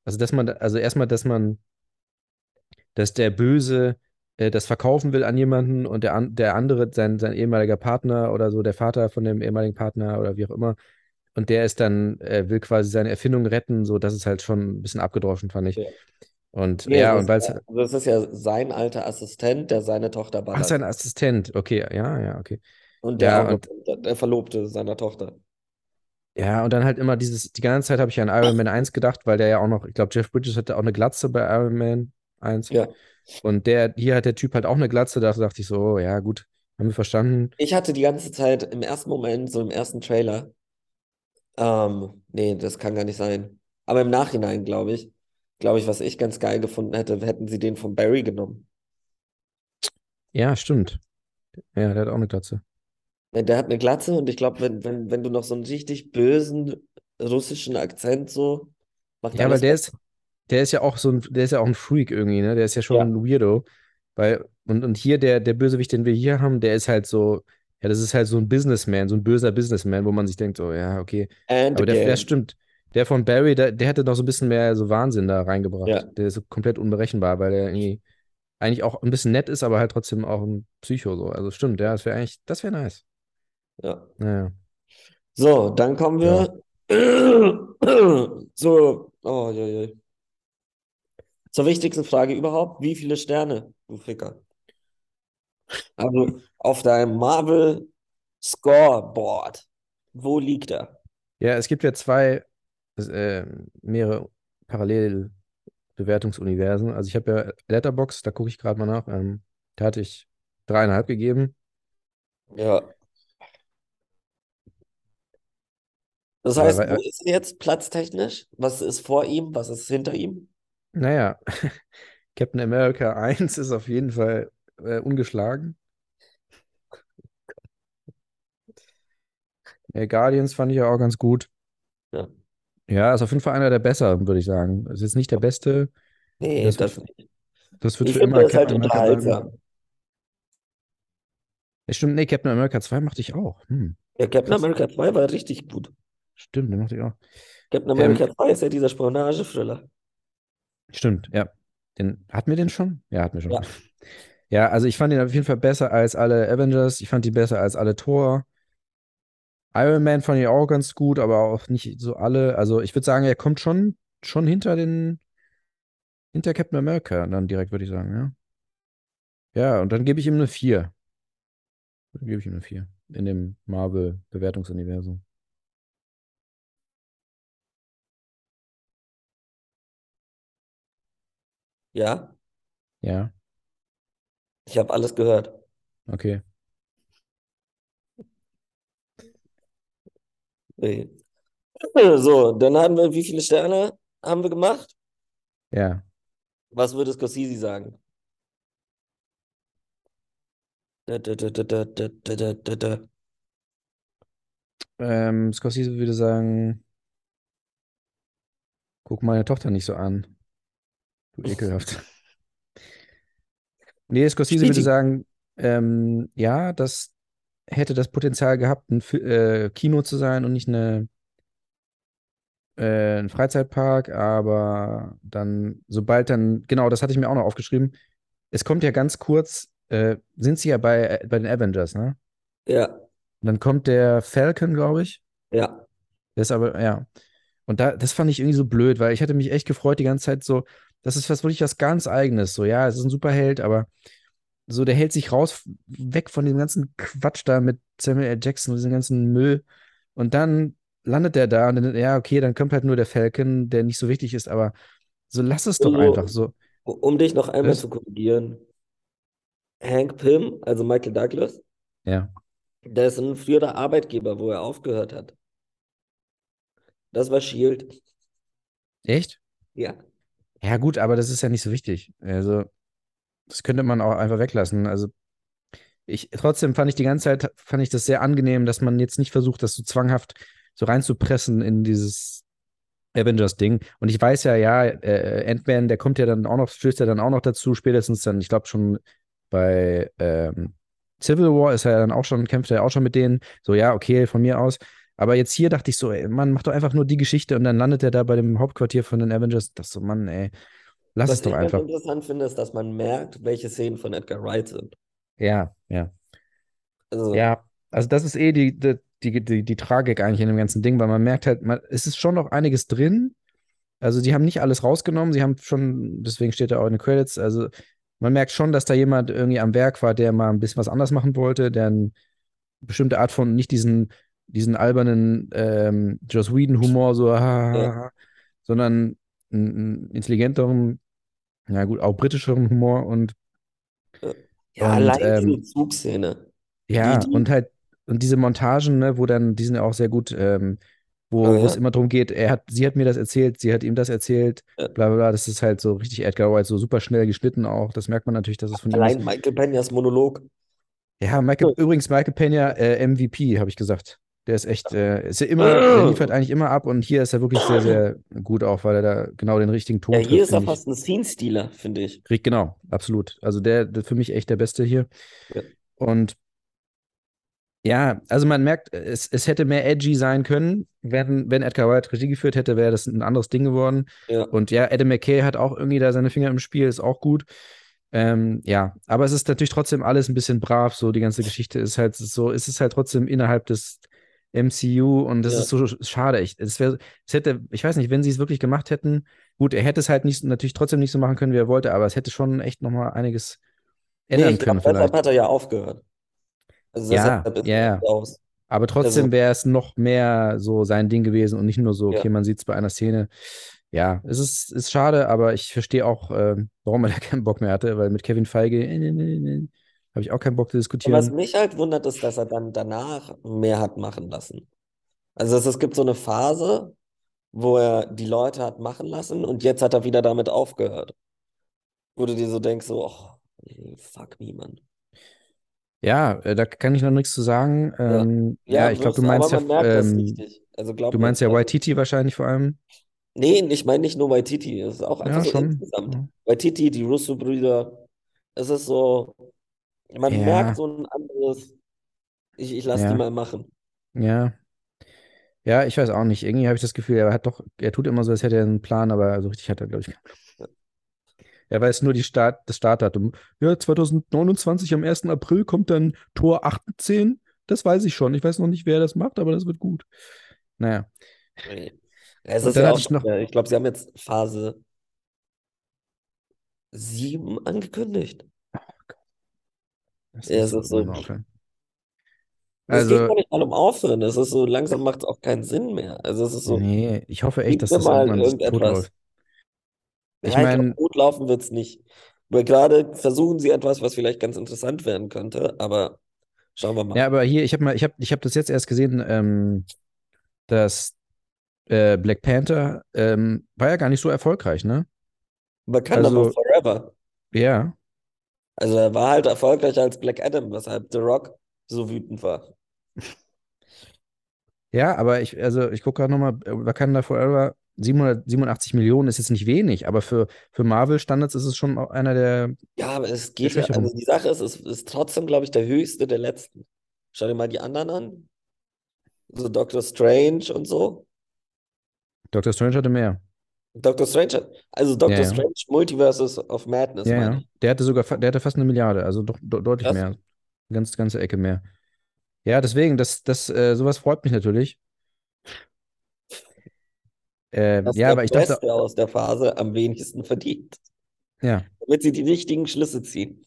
Also, dass man, also erstmal, dass man, dass der Böse äh, das verkaufen will an jemanden und der, an, der andere, sein, sein ehemaliger Partner oder so, der Vater von dem ehemaligen Partner oder wie auch immer, und der ist dann, äh, will quasi seine Erfindung retten, so, das ist halt schon ein bisschen abgedroschen, fand ich. Ja. Und Nee, ja, das und ist weil ja, es, das ist ja sein alter Assistent, der seine Tochter ach, ballert. sein Assistent, okay, ja, ja, okay. Und der auch Ja, noch, und der Verlobte seiner Tochter. ja, und dann halt immer dieses, die ganze Zeit habe ich an Iron Man eins gedacht, weil der ja auch noch, ich glaube, Jeff Bridges hatte auch eine Glatze bei Iron Man eins. Ja. Und der, hier hat der Typ halt auch eine Glatze, da dachte ich so, oh, ja, gut, haben wir verstanden. Ich hatte die ganze Zeit im ersten Moment, so im ersten Trailer, ähm, nee, das kann gar nicht sein. Aber im Nachhinein, glaube ich, glaube ich, was ich ganz geil gefunden hätte, hätten sie den von Barry genommen. Ja, stimmt. Ja, der hat auch eine Glatze. Ja, der hat eine Glatze und ich glaube, wenn, wenn, wenn du noch so einen richtig bösen russischen Akzent so, macht Ja, weil alles der besser. ist, der ist ja auch so ein, der ist ja auch ein Freak irgendwie, ne? Der ist ja Ja. schon ein Weirdo. Weil, und, und hier, der, der Bösewicht, den wir hier haben, der ist halt so, ja, das ist halt so ein Businessman, so ein böser Businessman, wo man sich denkt, so, ja, okay. And Aber der, der again. stimmt. Der von Barry, der, der hätte noch so ein bisschen mehr so Wahnsinn da reingebracht. Ja, Der ist so komplett unberechenbar, weil der irgendwie eigentlich auch ein bisschen nett ist, aber halt trotzdem auch ein Psycho so. Also stimmt, ja, das wäre eigentlich, das wäre nice. ja. Naja, So, dann kommen ja. wir so, oh, je, je. Zur wichtigsten Frage überhaupt. Wie viele Sterne, du Ficker? Also auf deinem Marvel Scoreboard. Wo liegt er? Ja, es gibt ja zwei, äh, mehrere Parallelbewertungsuniversen. Also ich habe ja Letterboxd, da gucke ich gerade mal nach. Ähm, da hatte ich dreieinhalb gegeben. Ja. Das Aber, heißt, wo weil- ist er jetzt platztechnisch? Was ist vor ihm? Was ist hinter ihm? naja, Captain America eins ist auf jeden Fall äh, ungeschlagen. Äh, Guardians fand ich ja auch ganz gut. Ja. Ja, ist auf jeden Fall einer der besseren, würde ich sagen. Ist jetzt nicht der beste. Nee, Das wird, das nicht. das wird Ich für finde, immer der ist halt Captain America bleiben. unterhaltsam. Ja, stimmt, nee, Captain America zwei mochte ich auch. Hm, Ja, Captain krass. America zwei war richtig gut. Stimmt, den mochte ich auch. Captain Ähm, America zwei ist ja dieser Spionage-Thriller. stimmt, ja. Den, hatten wir den schon? Ja, hatten wir schon. Ja. Ja, also ich fand ihn auf jeden Fall besser als alle Avengers. Ich fand die besser als alle Thor. Iron Man fand ich auch ganz gut, aber auch nicht so alle. Also ich würde sagen, er kommt schon, schon hinter den, hinter Captain America dann direkt, würde ich sagen, ja. Ja, und dann gebe ich ihm eine vier. Dann gebe ich ihm eine vier. In dem Marvel-Bewertungsuniversum. Ja, Ja, ich habe alles gehört. okay. Nee. So, dann haben wir, wie viele Sterne haben wir gemacht? Ja. Was würde Scorsese sagen? Da, da, da, da, da, da, da, da, da. Ähm, Scorsese würde sagen, guck meine Tochter nicht so an. Du ekelhaft. Nee, Scorsese würde Späti. sagen, ähm, ja, das hätte das Potenzial gehabt, ein Fi- äh, Kino zu sein und nicht eine, äh, ein Freizeitpark, aber dann, sobald dann, genau, das hatte ich mir auch noch aufgeschrieben, es kommt ja ganz kurz, äh, sind sie ja bei, äh, bei den Avengers, ne? Ja, Und dann kommt der Falcon, glaube ich. ja. Der ist aber, ja. Und da, das fand ich irgendwie so blöd, weil ich hatte mich echt gefreut die ganze Zeit so, das ist was wirklich was ganz Eigenes. So, ja, es ist ein Superheld, aber so, der hält sich raus, weg von dem ganzen Quatsch da mit Samuel L. Jackson und diesem ganzen Müll. Und dann landet der da und dann, ja, okay, dann kommt halt nur der Falcon, der nicht so wichtig ist, aber so lass es doch einfach Also, so. um dich noch einmal Das, zu korrigieren, Hank Pym, also Michael Douglas, ja. der ist ein früherer Arbeitgeber, wo er aufgehört hat. Das war Shield. Echt? Ja. Ja, gut, aber das ist ja nicht so wichtig. Also, das könnte man auch einfach weglassen. Also, ich, trotzdem fand ich die ganze Zeit, fand ich das sehr angenehm, dass man jetzt nicht versucht, das so zwanghaft so reinzupressen in dieses Avengers-Ding. Und ich weiß ja, ja, äh, Ant-Man, der kommt ja dann auch noch, stößt ja dann auch noch dazu, spätestens dann, ich glaube schon bei ähm, Civil War ist er ja dann auch schon, kämpft er ja auch schon mit denen. So, ja, okay, von mir aus. Aber jetzt hier dachte ich so, ey, Mann, mach doch einfach nur die Geschichte und dann landet er da bei dem Hauptquartier von den Avengers. Das so, Mann, ey, lass es Was doch ich ganz einfach. interessant finde, ist, dass man merkt, welche Szenen von Edgar Wright sind. Ja, ja. Also, Ja, also das ist eh die, die, die, die, die Tragik eigentlich in dem ganzen Ding, weil man merkt halt, man, es ist schon noch einiges drin. Also die haben nicht alles rausgenommen, sie haben schon, deswegen steht da auch in den Credits, also man merkt schon, dass da jemand irgendwie am Werk war, der mal ein bisschen was anders machen wollte, der eine bestimmte Art von, nicht diesen, diesen albernen ähm, Joss Whedon-Humor, so, ha, ja. ha, ha, sondern einen intelligenteren, ja gut, auch britischeren Humor und, Ja, ja, und allein diese ähm, Zugszene, wie ja, und die, halt, und diese Montagen, ne, wo dann, die sind ja auch sehr gut, ähm, oh wo, wo es ja, immer darum geht, er hat, sie hat mir das erzählt, sie hat ihm das erzählt, ja. bla bla bla, das ist halt so richtig Edgar Wright, so super schnell geschnitten auch, das merkt man natürlich, dass es von ihm ist. Allein Michael Peñas Monolog. Ja, Michael, übrigens, Michael Peña, äh, M V P, habe ich gesagt. Der ist echt, äh, ist ja immer, der liefert eigentlich immer ab und hier ist er wirklich sehr, sehr gut auch, weil er da genau den richtigen Ja, Ton hier trifft, ist er finde ich. fast ein Scene-Stealer, finde ich. Richtig, genau, absolut. Also der, der für mich echt der Beste hier. Ja, Und ja, also man merkt, es, es hätte mehr edgy sein können. Wenn, wenn Edgar Wright Regie geführt hätte, wäre das ein anderes Ding geworden. ja. Und ja, Adam McKay hat auch irgendwie da seine Finger im Spiel, ist auch gut. Ähm, ja, aber es ist natürlich trotzdem alles ein bisschen brav. So, die ganze Geschichte ist halt so, es ist halt trotzdem innerhalb des M C U und das ist Ja. so schade. Ich, es wäre, es hätte, ich weiß nicht, wenn sie es wirklich gemacht hätten, gut, er hätte es halt nicht, natürlich trotzdem nicht so machen können, wie er wollte, aber es hätte schon echt nochmal einiges Nee, ändern ich können, glaube, deshalb vielleicht. hat er ja aufgehört. Also Ja, deshalb ist ja, er ja. raus. Aber Also, trotzdem wäre es noch mehr so sein Ding gewesen und nicht nur so, ja. okay, man sieht es bei einer Szene. Ja, es ist, ist schade, aber ich verstehe auch, ähm, warum er da keinen Bock mehr hatte, weil mit Kevin Feige äh, äh, äh, äh, habe ich auch keinen Bock zu Und was diskutieren. mich halt wundert, ist, dass er dann danach mehr hat machen lassen. Also es, es gibt so eine Phase, wo er die Leute hat machen lassen und jetzt hat er wieder damit aufgehört. Wo du dir so denkst, so, oh, nee, fuck me, Mann. Ja, äh, da kann ich noch nichts zu sagen. Ja, Ähm, ja, ja, ich glaube, du wirst, aber meinst ja, man merkt das ähm, richtig. Also glaub du mir. meinst ja Also, Waititi wahrscheinlich vor allem. nee, ich meine nicht nur Waititi, es ist auch einfach Ja, so schon. insgesamt. Waititi, die Russo-Brüder, es ist so, man merkt Ja, so ein anderes, ich, ich lasse die ja, mal machen. ja. Ja, ich weiß auch nicht. Irgendwie habe ich das Gefühl, er hat doch, er tut immer so, als hätte er einen Plan, aber so richtig hat er, glaube ich, er weiß nur die Start, das Startdatum. Ja, zwanzig neunundzwanzig am ersten April kommt dann Tor achtzehn. Das weiß ich schon. Ich weiß noch nicht, wer das macht, aber das wird gut. Naja. Nee. Es Und ist dann ja hatte auch, ich noch, ich glaube, sie haben jetzt Phase sieben angekündigt. das Ja, muss es doch ist so, irgendwann mal aufhören. es geht Also, gar nicht mal um Aufhören, es ist so, langsam macht es auch keinen Sinn mehr. Also es ist so, nee, ich hoffe echt, gib dass mir das mal irgendwann sich irgendetwas. totläuft. Ich Ja, ich glaube, meine, gut laufen wird es nicht. Weil gerade versuchen sie etwas, was vielleicht ganz interessant werden könnte, aber schauen wir ja, mal. aber hier, ich habe mal, ich habe, ich habe das jetzt erst gesehen, ähm, dass äh, Black Panther ähm, war ja gar nicht so erfolgreich, ne? Wakanda Also, Forever. ja. Also er war halt erfolgreicher als Black Adam, weshalb The Rock so wütend war. Ja, aber ich, also ich gucke gerade nochmal, äh, Wakanda Forever, siebenhundertsiebenundachtzig Millionen ist jetzt nicht wenig, aber für, für Marvel-Standards ist es schon auch einer der, Ja, aber es der geht ja, also schwächeren. die Sache ist, es ist trotzdem, glaube ich, der höchste der letzten. Schau dir mal die anderen an. So Doctor Strange und so. Doctor Strange hatte mehr. Doctor Strange, also Ja, Doctor ja. Strange Multiverses of Madness, Ja, meine ja. ich. Der hatte sogar, fa- der hatte fast eine Milliarde, also doch de deutlich Krass. mehr. Eine ganz, ganze Ecke mehr. Ja, deswegen, das, das, äh, sowas freut mich natürlich. Äh, Dass ja, der aber ich dachte, Beste aus der Phase am wenigsten verdient. ja, Damit sie die richtigen Schlüsse ziehen.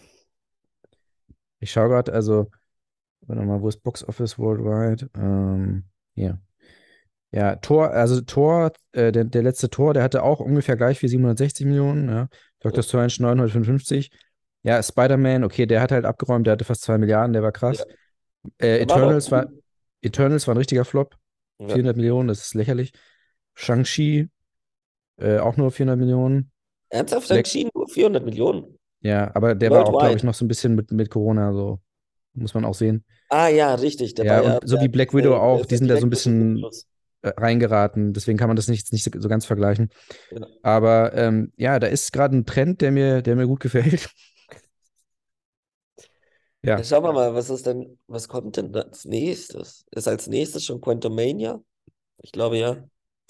ich schaue gerade, also, warte mal, wo ist Box Office Worldwide? Ähm, hier. Ja, Tor, also Tor, äh, der, der letzte Tor, der hatte auch ungefähr gleich wie siebenhundertsechzig Millionen, ja. Ja, Doctor Strange neunhundertfünfundfünfzig. Ja, Spider-Man, okay, der hat halt abgeräumt, der hatte fast zwei Milliarden, der war ja. krass. Äh, Der war aber auch Eternals war, gut. Eternals war ein richtiger Flop. Ja. vierhundert Millionen, das ist lächerlich. Shang-Chi, äh, auch nur vierhundert Millionen. Ernsthaft Black, entschieden, nur vierhundert Millionen. ja, aber der war auch, glaube ich, Worldwide. noch so ein bisschen mit, mit Corona, so, muss man auch sehen. Ah ja, richtig. Der war Ja, ja, und so der, wie Black Widow der, der auch, ist die ja sind da so ein direkt mit Disney bisschen Plus. äh, reingeraten, deswegen kann man das nicht, nicht so so ganz vergleichen. Ja. Aber ähm, ja, da ist gerade ein Trend, der mir, der mir gut gefällt. Ja, Ja. schauen wir mal, was ist denn, was kommt denn als nächstes? Ist als nächstes schon Quantumania? Ich glaube ja.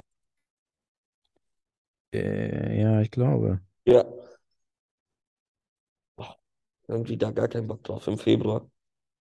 Äh, ja, ich glaube. Ja. Boah, irgendwie da gar keinen Bock drauf im Februar.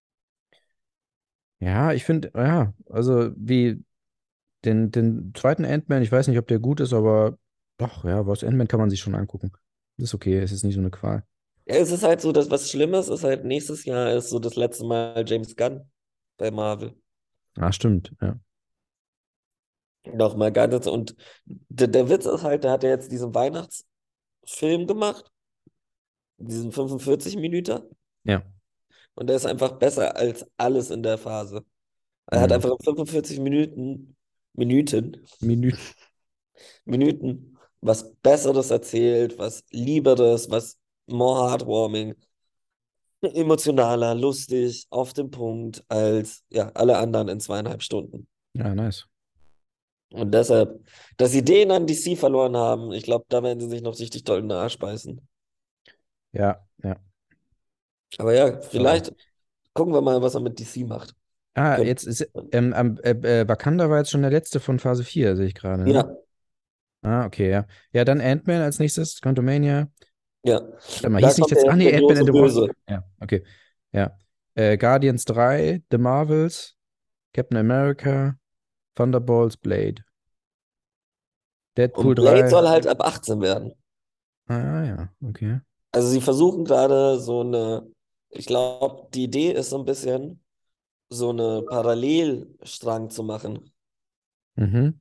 Ja, ich finde, ja, also wie den, den zweiten Ant-Man, ich weiß nicht, ob der gut ist, aber doch, ja, was Ant-Man kann man sich schon angucken. Das ist okay, es ist nicht so eine Qual. Ja, es ist halt so, dass was Schlimmes ist halt nächstes Jahr ist so das letzte Mal James Gunn bei Marvel. Ah, stimmt, ja. Nochmal ganz und der, der Witz ist halt, der hat ja jetzt diesen Weihnachtsfilm gemacht, diesen fünfundvierzig Minuten Ja. und der ist einfach besser als alles in der Phase. Er hat Mhm. einfach in fünfundvierzig Minuten, Minuten, Minuten. Minuten was Besseres erzählt, was Lieberes, was more heartwarming, emotionaler, lustig, auf den Punkt als ja, alle anderen in zweieinhalb Stunden. Ja, nice. Und deshalb, dass sie den an D C verloren haben, ich glaube, da werden sie sich noch richtig doll in den Arsch beißen. Ja, ja. Aber ja, Aber. vielleicht gucken wir mal, was er mit D C macht. Ah, Könnte. jetzt ist, ähm, am- äh, äh, Wakanda war jetzt schon der letzte von Phase vier, sehe ich gerade, ne? Ja, Ah, okay, ja. Ja, dann Ant-Man als nächstes, Quantumania. ja. Warte mal, Da hieß nicht kommt jetzt, ach der, nee, der Ant-Man and große the Wasp. Böse. Ja, okay. Ja. Äh, Guardians drei, The Marvels, Captain America, Thunderbolts, Blade. Deadpool Und Blade drei. soll halt ab achtzehn werden. Ah, ja, okay. Also sie versuchen gerade so eine, ich glaube, die Idee ist so ein bisschen, so eine Parallelstrang zu machen. Mhm,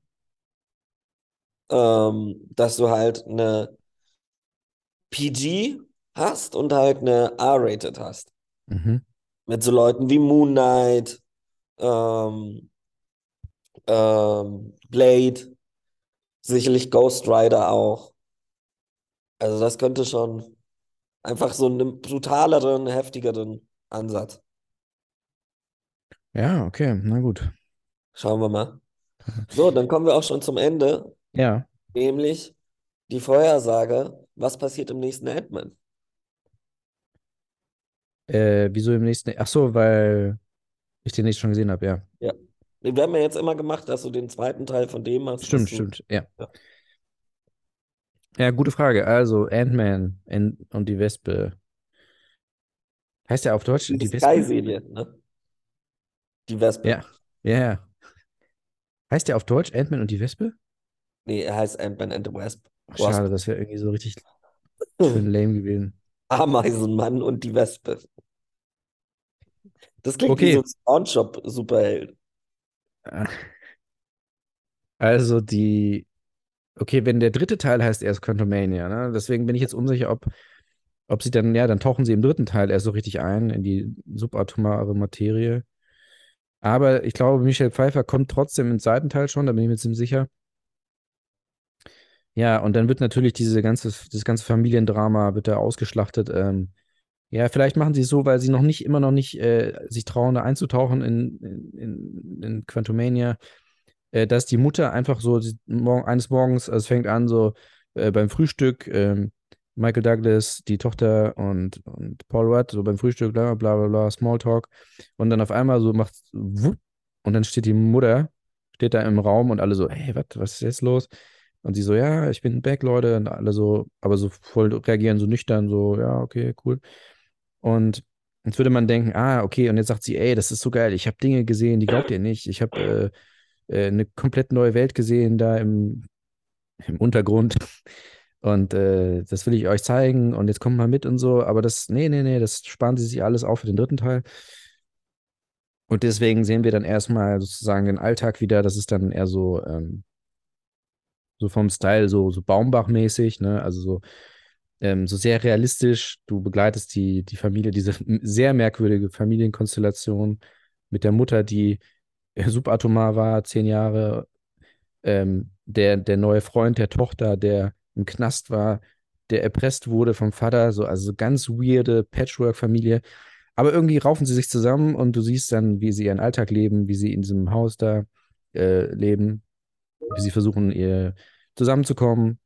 Ähm, dass du halt eine P G hast und halt eine R-rated hast. mhm. Mit so Leuten wie Moon Knight, ähm, ähm, Blade, sicherlich Ghost Rider auch. Also das könnte schon einfach so einen brutaleren, heftigeren Ansatz. Ja, okay, na gut. Schauen wir mal. So, dann kommen wir auch schon zum Ende, Ja, nämlich die Vorhersage, was passiert im nächsten Ant-Man. äh, wieso im nächsten, ach so, weil ich den nicht schon gesehen habe, ja. Ja. Wir haben ja jetzt immer gemacht, dass du den zweiten Teil von dem machst, was Stimmt, du. stimmt, ja. Ja. Ja, gute Frage. Also, Ant-Man and- und die Wespe. Heißt der auf Deutsch Die die Wespe? Sky-Serie, ne? Die Wespe. Ja, ja, ja. Heißt der auf Deutsch Ant-Man und die Wespe? Nee, er heißt Ant-Man and the Wasp. Ach, schade, Wasp. das wäre irgendwie so richtig schön lame gewesen. Ameisenmann und die Wespe. Das klingt wie so Okay, ein Spawn-Shop-Superheld. also die, okay, wenn der dritte Teil heißt erst Quantumania, ne? Deswegen bin ich jetzt unsicher, ob, ob sie dann, ja, dann tauchen sie im dritten Teil erst so richtig ein in die subatomare Materie. Aber ich glaube, Michelle Pfeiffer kommt trotzdem im zweiten Teil schon, da bin ich mir ziemlich sicher. Ja, und dann wird natürlich diese ganze, das ganze Familiendrama wird da ausgeschlachtet. Ähm, ja, vielleicht machen sie es so, weil sie noch nicht, immer noch nicht äh, sich trauen, da einzutauchen in, in, in, in Quantumania, äh, dass die Mutter einfach so sie, morgen, eines Morgens, also es fängt an so äh, beim Frühstück, ähm, Michael Douglas, die Tochter und, und Paul Rudd, so beim Frühstück, bla bla bla, bla Smalltalk. Und dann auf einmal so macht wupp, und dann steht die Mutter, steht da im Raum und alle so, hey, wat, was ist jetzt los? Und sie so, ja, ich bin back, Leute. Und alle so, aber so voll reagieren so nüchtern, so, ja, okay, cool. Und jetzt würde man denken, ah, okay, und jetzt sagt sie, ey, das ist so geil, ich habe Dinge gesehen, die glaubt ihr nicht. Ich habe äh, äh, eine komplett neue Welt gesehen da im, im Untergrund. Und äh, das will ich euch zeigen und jetzt kommt mal mit und so. Aber das, nee, nee, nee, das sparen sie sich alles auf für den dritten Teil. Und deswegen sehen wir dann erstmal sozusagen den Alltag wieder. Das ist dann eher so, ähm, so vom Style, so, so Baumbach-mäßig, ne? Also so, ähm, so sehr realistisch. Du begleitest die, die Familie, diese sehr merkwürdige Familienkonstellation mit der Mutter, die äh, subatomar war, zehn Jahre, ähm, der, der neue Freund der Tochter, der im Knast war, der erpresst wurde vom Vater, so, also so ganz weirde Patchwork-Familie. Aber irgendwie raufen sie sich zusammen und du siehst dann, wie sie ihren Alltag leben, wie sie in diesem Haus da äh, leben, wie sie versuchen, ihr zusammenzukommen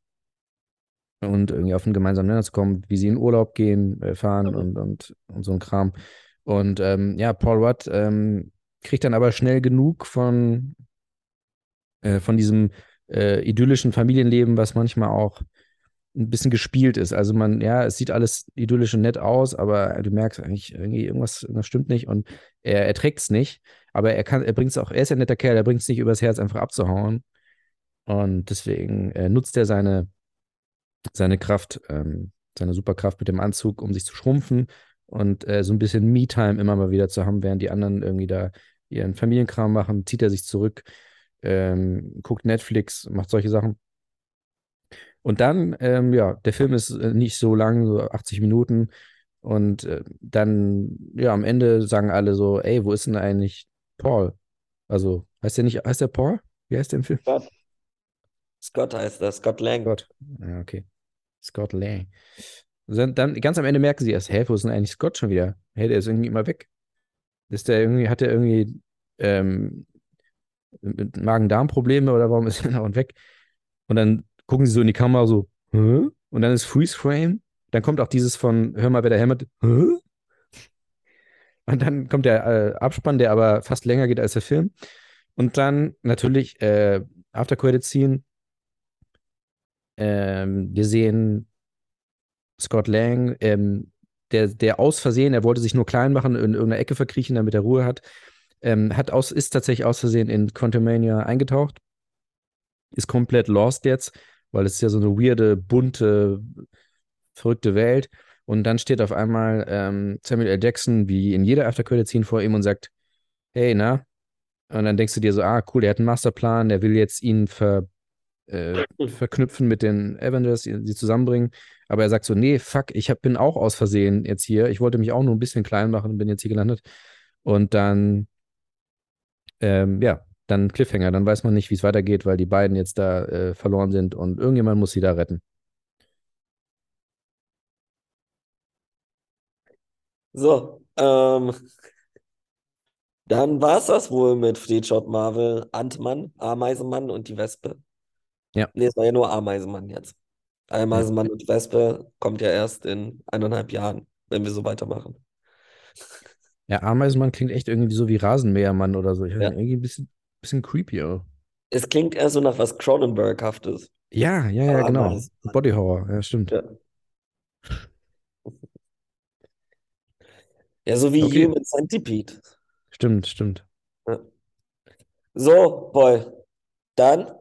und irgendwie auf einen gemeinsamen Nenner zu kommen, wie sie in Urlaub gehen, äh, fahren und, und, und so ein Kram. Und ähm, ja, Paul Rudd ähm, kriegt dann aber schnell genug von, äh, von diesem äh, idyllischen Familienleben, was manchmal auch ein bisschen gespielt ist. Also man, ja, es sieht alles idyllisch und nett aus, aber du merkst eigentlich irgendwie irgendwas, irgendwas stimmt nicht und er, er trägt es nicht. Aber er kann, er bringt es auch, er ist ein netter Kerl, er bringt es nicht übers Herz, einfach abzuhauen. Und deswegen äh, nutzt er seine, seine Kraft, ähm, seine Superkraft mit dem Anzug, um sich zu schrumpfen und äh, so ein bisschen Me-Time immer mal wieder zu haben, während die anderen irgendwie da ihren Familienkram machen, zieht er sich zurück, ähm, guckt Netflix, macht solche Sachen. Und dann, ähm, ja, der Film ist äh, nicht so lang, so achtzig Minuten. Und äh, dann, ja, am Ende sagen alle so, ey, wo ist denn eigentlich Paul? Also, heißt der nicht, heißt der Paul? Wie heißt der im Film? Scott. Scott heißt er, Scott Lang. Scott. Ja, okay. Scott Lang. Dann, dann ganz am Ende merken sie erst, hä, wo ist denn eigentlich Scott schon wieder? Hä, der ist irgendwie immer weg. Ist der irgendwie, hat der irgendwie ähm, Magen-Darm-Probleme oder warum ist er dauernd weg? Und dann gucken sie so in die Kamera so, hä? Und dann ist Freeze Frame. Dann kommt auch dieses von, hör mal, wer da hämmert, hä? Und dann kommt der äh, Abspann, der aber fast länger geht als der Film. Und dann natürlich äh, After Credit Scene. Ähm, wir sehen Scott Lang, ähm, der, der aus Versehen, er wollte sich nur klein machen, in irgendeiner Ecke verkriechen, damit er Ruhe hat, ähm, hat aus, ist tatsächlich aus Versehen in Quantumania eingetaucht, ist komplett lost jetzt, weil es ist ja so eine weirde, bunte, verrückte Welt. Und dann steht auf einmal ähm, Samuel L. Jackson wie in jeder After-Credit-Scene vor ihm und sagt, hey, na? Und dann denkst du dir so, ah, cool, der hat einen Masterplan, der will jetzt ihn ver, äh, verknüpfen mit den Avengers, sie sie zusammenbringen. Aber er sagt so, nee, fuck, ich hab, bin auch aus Versehen jetzt hier. Ich wollte mich auch nur ein bisschen klein machen und bin jetzt hier gelandet. Und dann, ähm, ja, dann Cliffhanger. Dann weiß man nicht, wie es weitergeht, weil die beiden jetzt da äh, verloren sind und irgendjemand muss sie da retten. So, ähm, dann war es das wohl mit Fleetshot Marvel, Ant-Man, Ameisenmann und die Wespe. Ja, Nee, es war ja nur Ameisenmann jetzt. ja. Ameisenmann und die Wespe kommt ja erst in eineinhalb Jahren, wenn wir so weitermachen. Ja, Ameisenmann klingt echt irgendwie so wie Rasenmähermann oder so. Ich weiß nicht, Ja. irgendwie ein bisschen, bisschen creepy, oh. Es klingt eher so nach was Cronenberg-haftes. Ja, ja, ja, genau. Ameisenmann. Body Horror, ja, stimmt. Ja. Ja, so wie Okay, Human Centipede. stimmt, stimmt. Ja. So, Boy, dann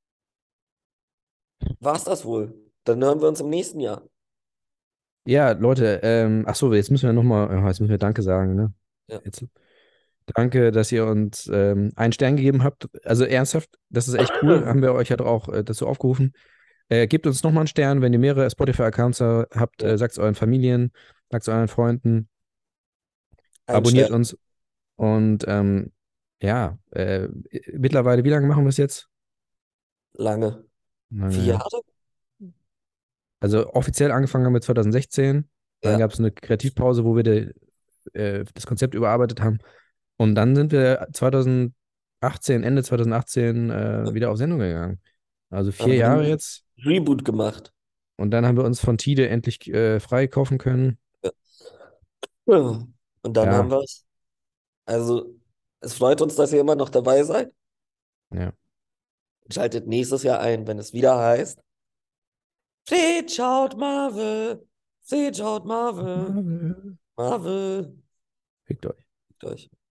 war's das wohl. Dann hören wir uns im nächsten Jahr. Ja, Leute, ähm, ach so, jetzt müssen wir nochmal, jetzt müssen wir Danke sagen, ne? Ja. Jetzt, danke, dass ihr uns ähm, einen Stern gegeben habt. Also ernsthaft, das ist echt cool. Haben wir euch ja auch äh, dazu aufgerufen. Äh, gebt uns nochmal einen Stern, wenn ihr mehrere Spotify-Accounts ha- habt. Ja. Äh, sagt es euren Familien, sagt es euren Freunden, Ein abonniert Stern. uns. Und ähm, ja, äh, mittlerweile, wie lange machen wir es jetzt? Lange. Vier Lange. Jahre? Also offiziell angefangen haben wir zwanzig sechzehn. Dann Ja. gab es eine Kreativpause, wo wir de, äh, das Konzept überarbeitet haben. Und dann sind wir zwanzig achtzehn, Ende zwanzig achtzehn äh, wieder auf Sendung gegangen. Also Haben vier wir Jahre ein jetzt. Reboot gemacht. Und dann haben wir uns von Tide endlich äh, freikaufen können. Ja. Ja. Und dann haben Ja, wir es. Also, es freut uns, dass ihr immer noch dabei seid. ja. Schaltet nächstes Jahr ein, wenn es wieder heißt: Fleet schaut Marvel. Fleet schaut Marvel. Marvel. Marvel. Fickt euch. Durch.